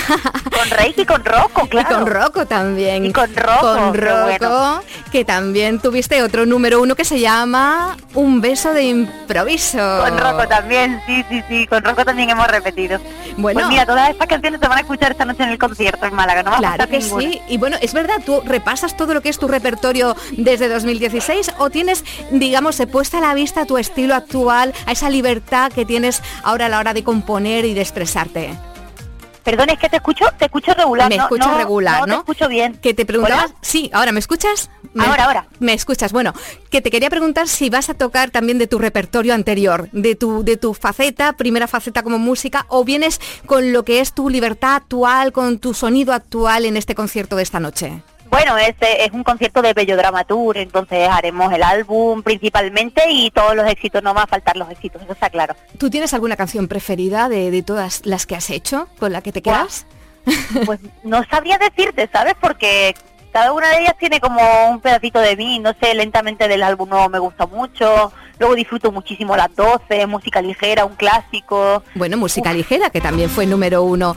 L: con Rake y con Rocco, claro.
C: Y con Rocco también.
L: Y con Rocco.
C: Con Rocco, bueno. Que también tuviste otro número uno que se llama Un beso de improviso.
L: Con Rocco también, sí, sí, sí. Con Rocco también hemos repetido. Bueno, pues mira, todas estas canciones se van a escuchar esta noche en el concierto en Málaga, ¿no?
C: Claro que ninguna. Sí. Y bueno, es verdad, ¿tú repasas todo lo que es tu repertorio desde dos mil dieciséis o tienes, digamos, se puesta a la vista tu estilo actual, a esa libertad que tienes ahora a la hora de componer y de expresarte?
L: Perdón, es que te escucho, te escucho regular.
C: Me
L: no,
C: escucho
L: no,
C: regular, ¿no?
L: No te escucho bien.
C: Que te preguntabas,
L: ¿Hola?
C: Sí, ahora me escuchas. Me,
L: ahora, ahora.
C: Me escuchas. Bueno, que te quería preguntar si vas a tocar también de tu repertorio anterior, de tu de tu faceta, primera faceta como música, o vienes con lo que es tu libertad actual, con tu sonido actual en este concierto de esta noche.
L: Bueno, este es un concierto de Bello Drama Tour, entonces haremos el álbum principalmente y todos los éxitos, no va a faltar los éxitos, eso está claro.
C: ¿Tú tienes alguna canción preferida de, de todas las que has hecho, con la que te quedas?
L: Pues no sabría decirte, ¿sabes? Porque cada una de ellas tiene como un pedacito de mí, no sé, Lentamente del álbum nuevo me gusta mucho, luego disfruto muchísimo Las doce, Música Ligera, un clásico.
C: Bueno, Música Uf. Ligera, que también fue número uno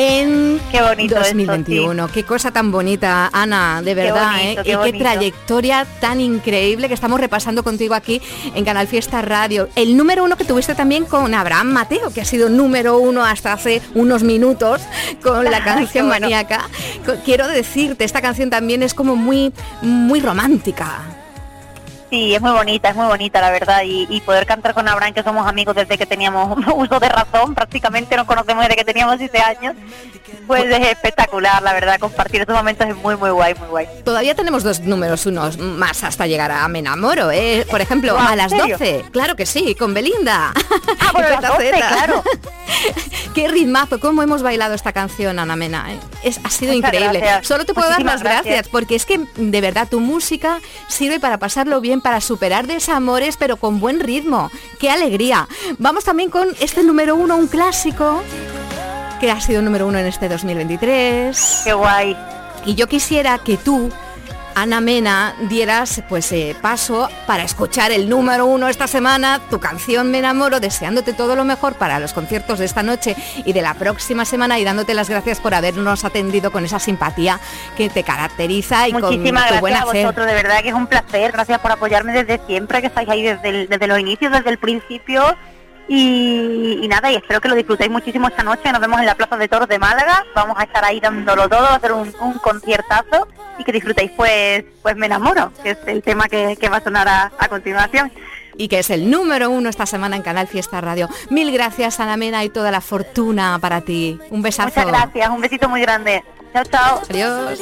C: en
L: qué bonito
C: dos mil veintiuno. Esto, sí. Qué cosa tan bonita, Ana, de verdad,
L: qué bonito,
C: ¿eh?
L: Qué
C: y
L: bonito.
C: Qué trayectoria tan increíble que estamos repasando contigo aquí en Canal Fiesta Radio. El número uno que tuviste también con Abraham Mateo, que ha sido número uno hasta hace unos minutos con la canción bueno. Maníaca. Quiero decirte, esta canción también es como muy, muy romántica.
L: Sí, es muy bonita, es muy bonita la verdad y, y poder cantar con Abraham, que somos amigos desde que teníamos uso de razón, prácticamente nos conocemos desde que teníamos siete años, pues es espectacular, la verdad, compartir estos momentos es muy muy guay, muy guay.
C: Todavía tenemos dos números unos más hasta llegar a Me Enamoro, ¿eh? Por ejemplo, a las doce, claro que sí, con Belinda.
L: Ah, bueno, las doce, claro.
C: Qué ritmazo, cómo hemos bailado esta canción, Ana Mena, ¿eh? Es, ha sido Muchas increíble.
L: Gracias.
C: Solo te puedo
L: Muchísimas
C: dar las gracias,
L: gracias,
C: porque es que de verdad tu música sirve para pasarlo bien, para superar desamores, pero con buen ritmo. ¡Qué alegría! Vamos también con este número uno, un clásico, que ha sido número uno en este dos mil veintitrés.
L: ¡Qué guay!
C: Y yo quisiera que tú, Ana Mena, dieras pues eh, paso para escuchar el número uno esta semana, tu canción Me Enamoro, deseándote todo lo mejor para los conciertos de esta noche y de la próxima semana y dándote las gracias por habernos atendido con esa simpatía que te caracteriza y
L: Muchísimas
C: con tu buen
L: hacer.
C: hacer.
L: A vosotros, de verdad que es un placer, gracias por apoyarme desde siempre, que estáis ahí desde, el, desde los inicios, desde el principio. Y, y nada, y espero que lo disfrutéis muchísimo esta noche. Nos vemos en la Plaza de Toros de Málaga. Vamos a estar ahí dándolo todo, a hacer un, un conciertazo y que disfrutéis pues pues Me Enamoro, que es el tema que, que va a sonar a, a continuación.
C: Y que es el número uno esta semana en Canal Fiesta Radio. Mil gracias, Ana Mena, y toda la fortuna para ti. Un besazo.
L: Muchas gracias, un besito muy grande. Chao, chao.
C: Adiós.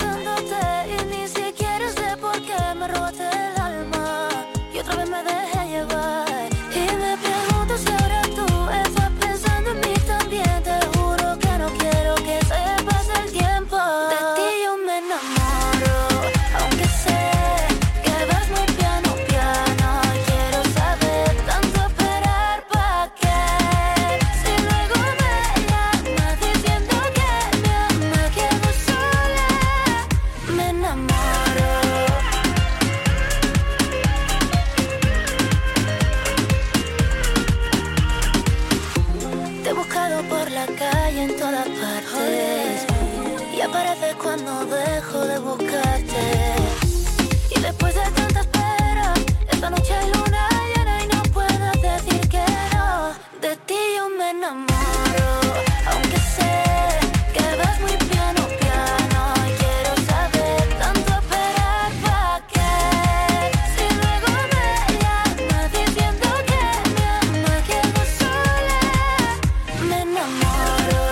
D: Cuando dejo de buscarte y después de tanta espera, esta noche hay luna llena y no puedo decir que no. De ti yo me enamoro, aunque sé que vas muy piano, piano. Y quiero saber tanto esperar pa' qué. Si luego me llamas diciendo que me ama, quedo sola. Me enamoro.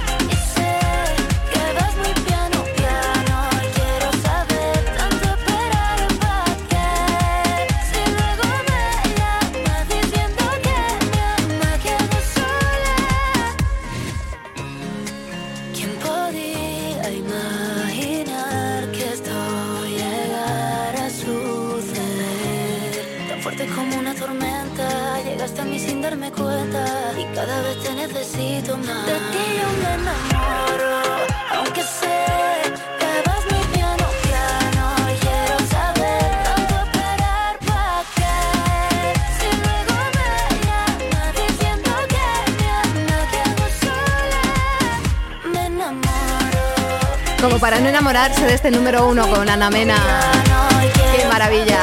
D: Sin darme cuenta y cada vez te necesito más. De ti yo me enamoro, aunque sé que vas muy piano, piano. Quiero saber tanto esperar pa' qué. Si luego me llamas diciendo que me ama, quedo sola. Me enamoro.
C: Como para no enamorarse de este número uno con Ana Mena. ¡Qué maravilla!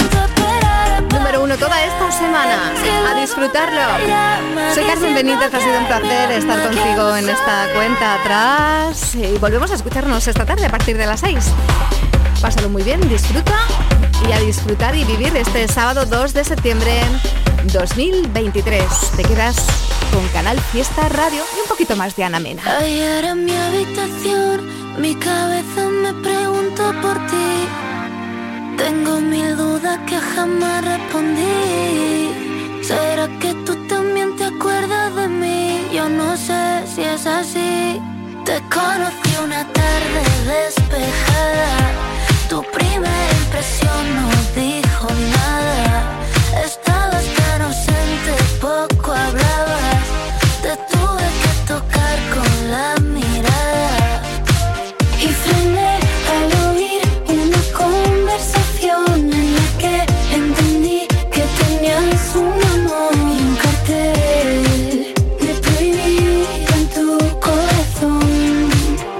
C: Número uno toda esta semana. A disfrutarlo. Soy Carmen Benítez, ha sido un placer estar contigo en esta cuenta atrás. Y volvemos a escucharnos esta tarde a partir de las seis. Pásalo muy bien, disfruta y a disfrutar y vivir este sábado dos de septiembre dos mil veintitrés. Te quedas con Canal Fiesta Radio y un poquito más de Ana Mena.
D: Ayer en mi habitación, mi cabeza me preguntó por ti. Tengo mil dudas que jamás respondí. ¿Será que tú también te acuerdas de mí? Yo no sé si es así. Te conocí una tarde despejada. Tu primera impresión no dijo nada. Estabas tan ausente, poco hablabas. Te tuve que tocar con la mirada. Y frené al oír una conversación en la que entendí que tenías un amor y un cartel de prohibido en tu corazón.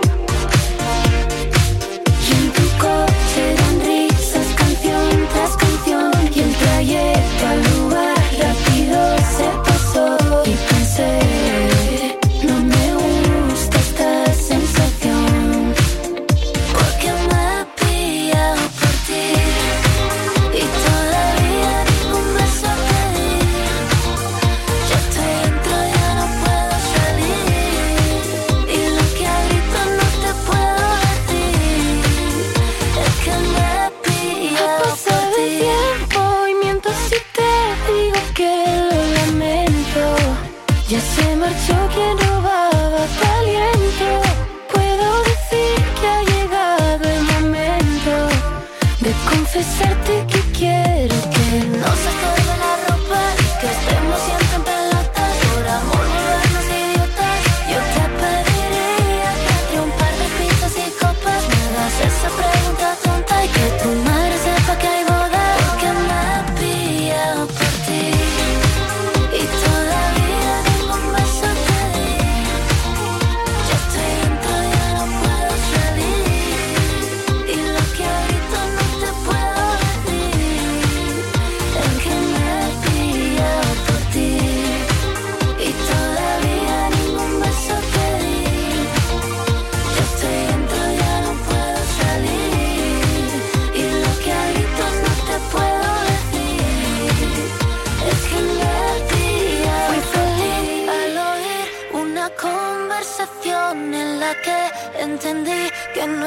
D: Y en tu coche eran risas, canción tras canción. Y el trayecto al lugar rápido se pasó. Y pensé, no me gusta esta sensación, porque me pilla por ti. Y todavía ningún beso te di. Yo estoy dentro, ya no puedo salir. Y lo que a gritos no te puedo decir es que me pilla por ti. Ha pasado el tiempo y miento si te digo que lo lamento. Ya se marchó quien robaba tu aliento. Puedo decir que ha llegado el momento de confesarte que quiero que no se acabe la ropa y que estemos siempre en pelotas. Por amor volvernos idiotas. Yo te pediría que entre un par de pizzas y copas me hagas esa pregunta tonta y que tu madre sepa que hay boda. Porque me pilla por ti. Y todavía ningún beso te di. Yo estoy dentro, ya no puedo salir. Y lo que ahorita no te puedo decir es que me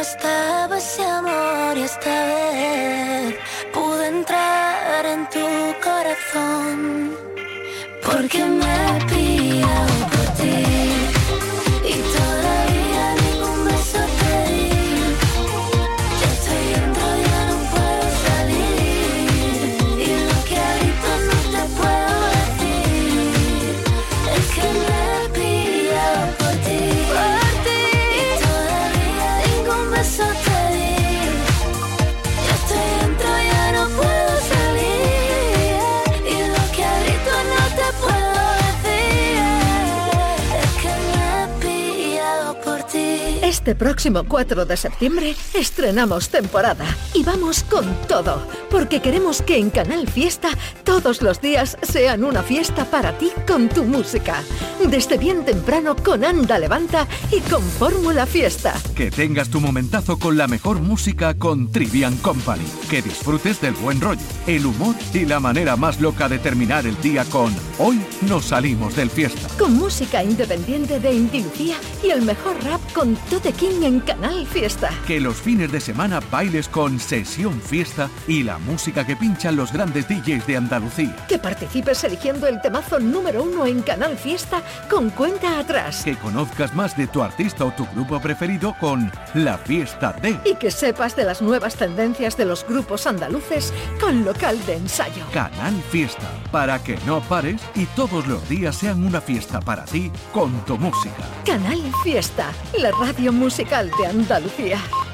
D: estaba ese amor y esta vez pude entrar en tu corazón. Porque me he pillado por ti y todavía ningún beso te di. Ya estoy dentro, ya no puedo salir, y lo que ahorita no te puedo decir es que me he pillado por ti, por ti, y todavía ningún beso te di. Ya estoy dentro, ya no puedo salir, y lo que ahorita no te puedo decir es que me he pillado por ti.
A: Este próximo cuatro de septiembre estrenamos temporada y vamos con todo, porque queremos que en Canal Fiesta todos los días sean una fiesta para ti con tu música. Desde bien temprano con Anda Levanta y con Fórmula Fiesta.
B: Que tengas tu momentazo con la mejor música con Trivian Company. Que disfrutes del buen rollo, el humor y la manera más loca de terminar el día con Hoy nos salimos del fiesta.
A: Con música independiente de Inti Lucía y el mejor rap con Tote King en Canal Fiesta.
B: Que los fines de semana bailes con Sesión Fiesta y la música que pinchan los grandes D Js de Andalucía.
A: Que participes eligiendo el temazo número uno en Canal Fiesta con Cuenta Atrás.
B: Que conozcas más de tu artista o tu grupo preferido con La Fiesta de.
A: Y que sepas de las nuevas tendencias de los grupos andaluces con Local de Ensayo.
B: Canal Fiesta, para que no pares y todos los días sean una fiesta para ti con tu música.
A: Canal Fiesta, la radio musical de Andalucía.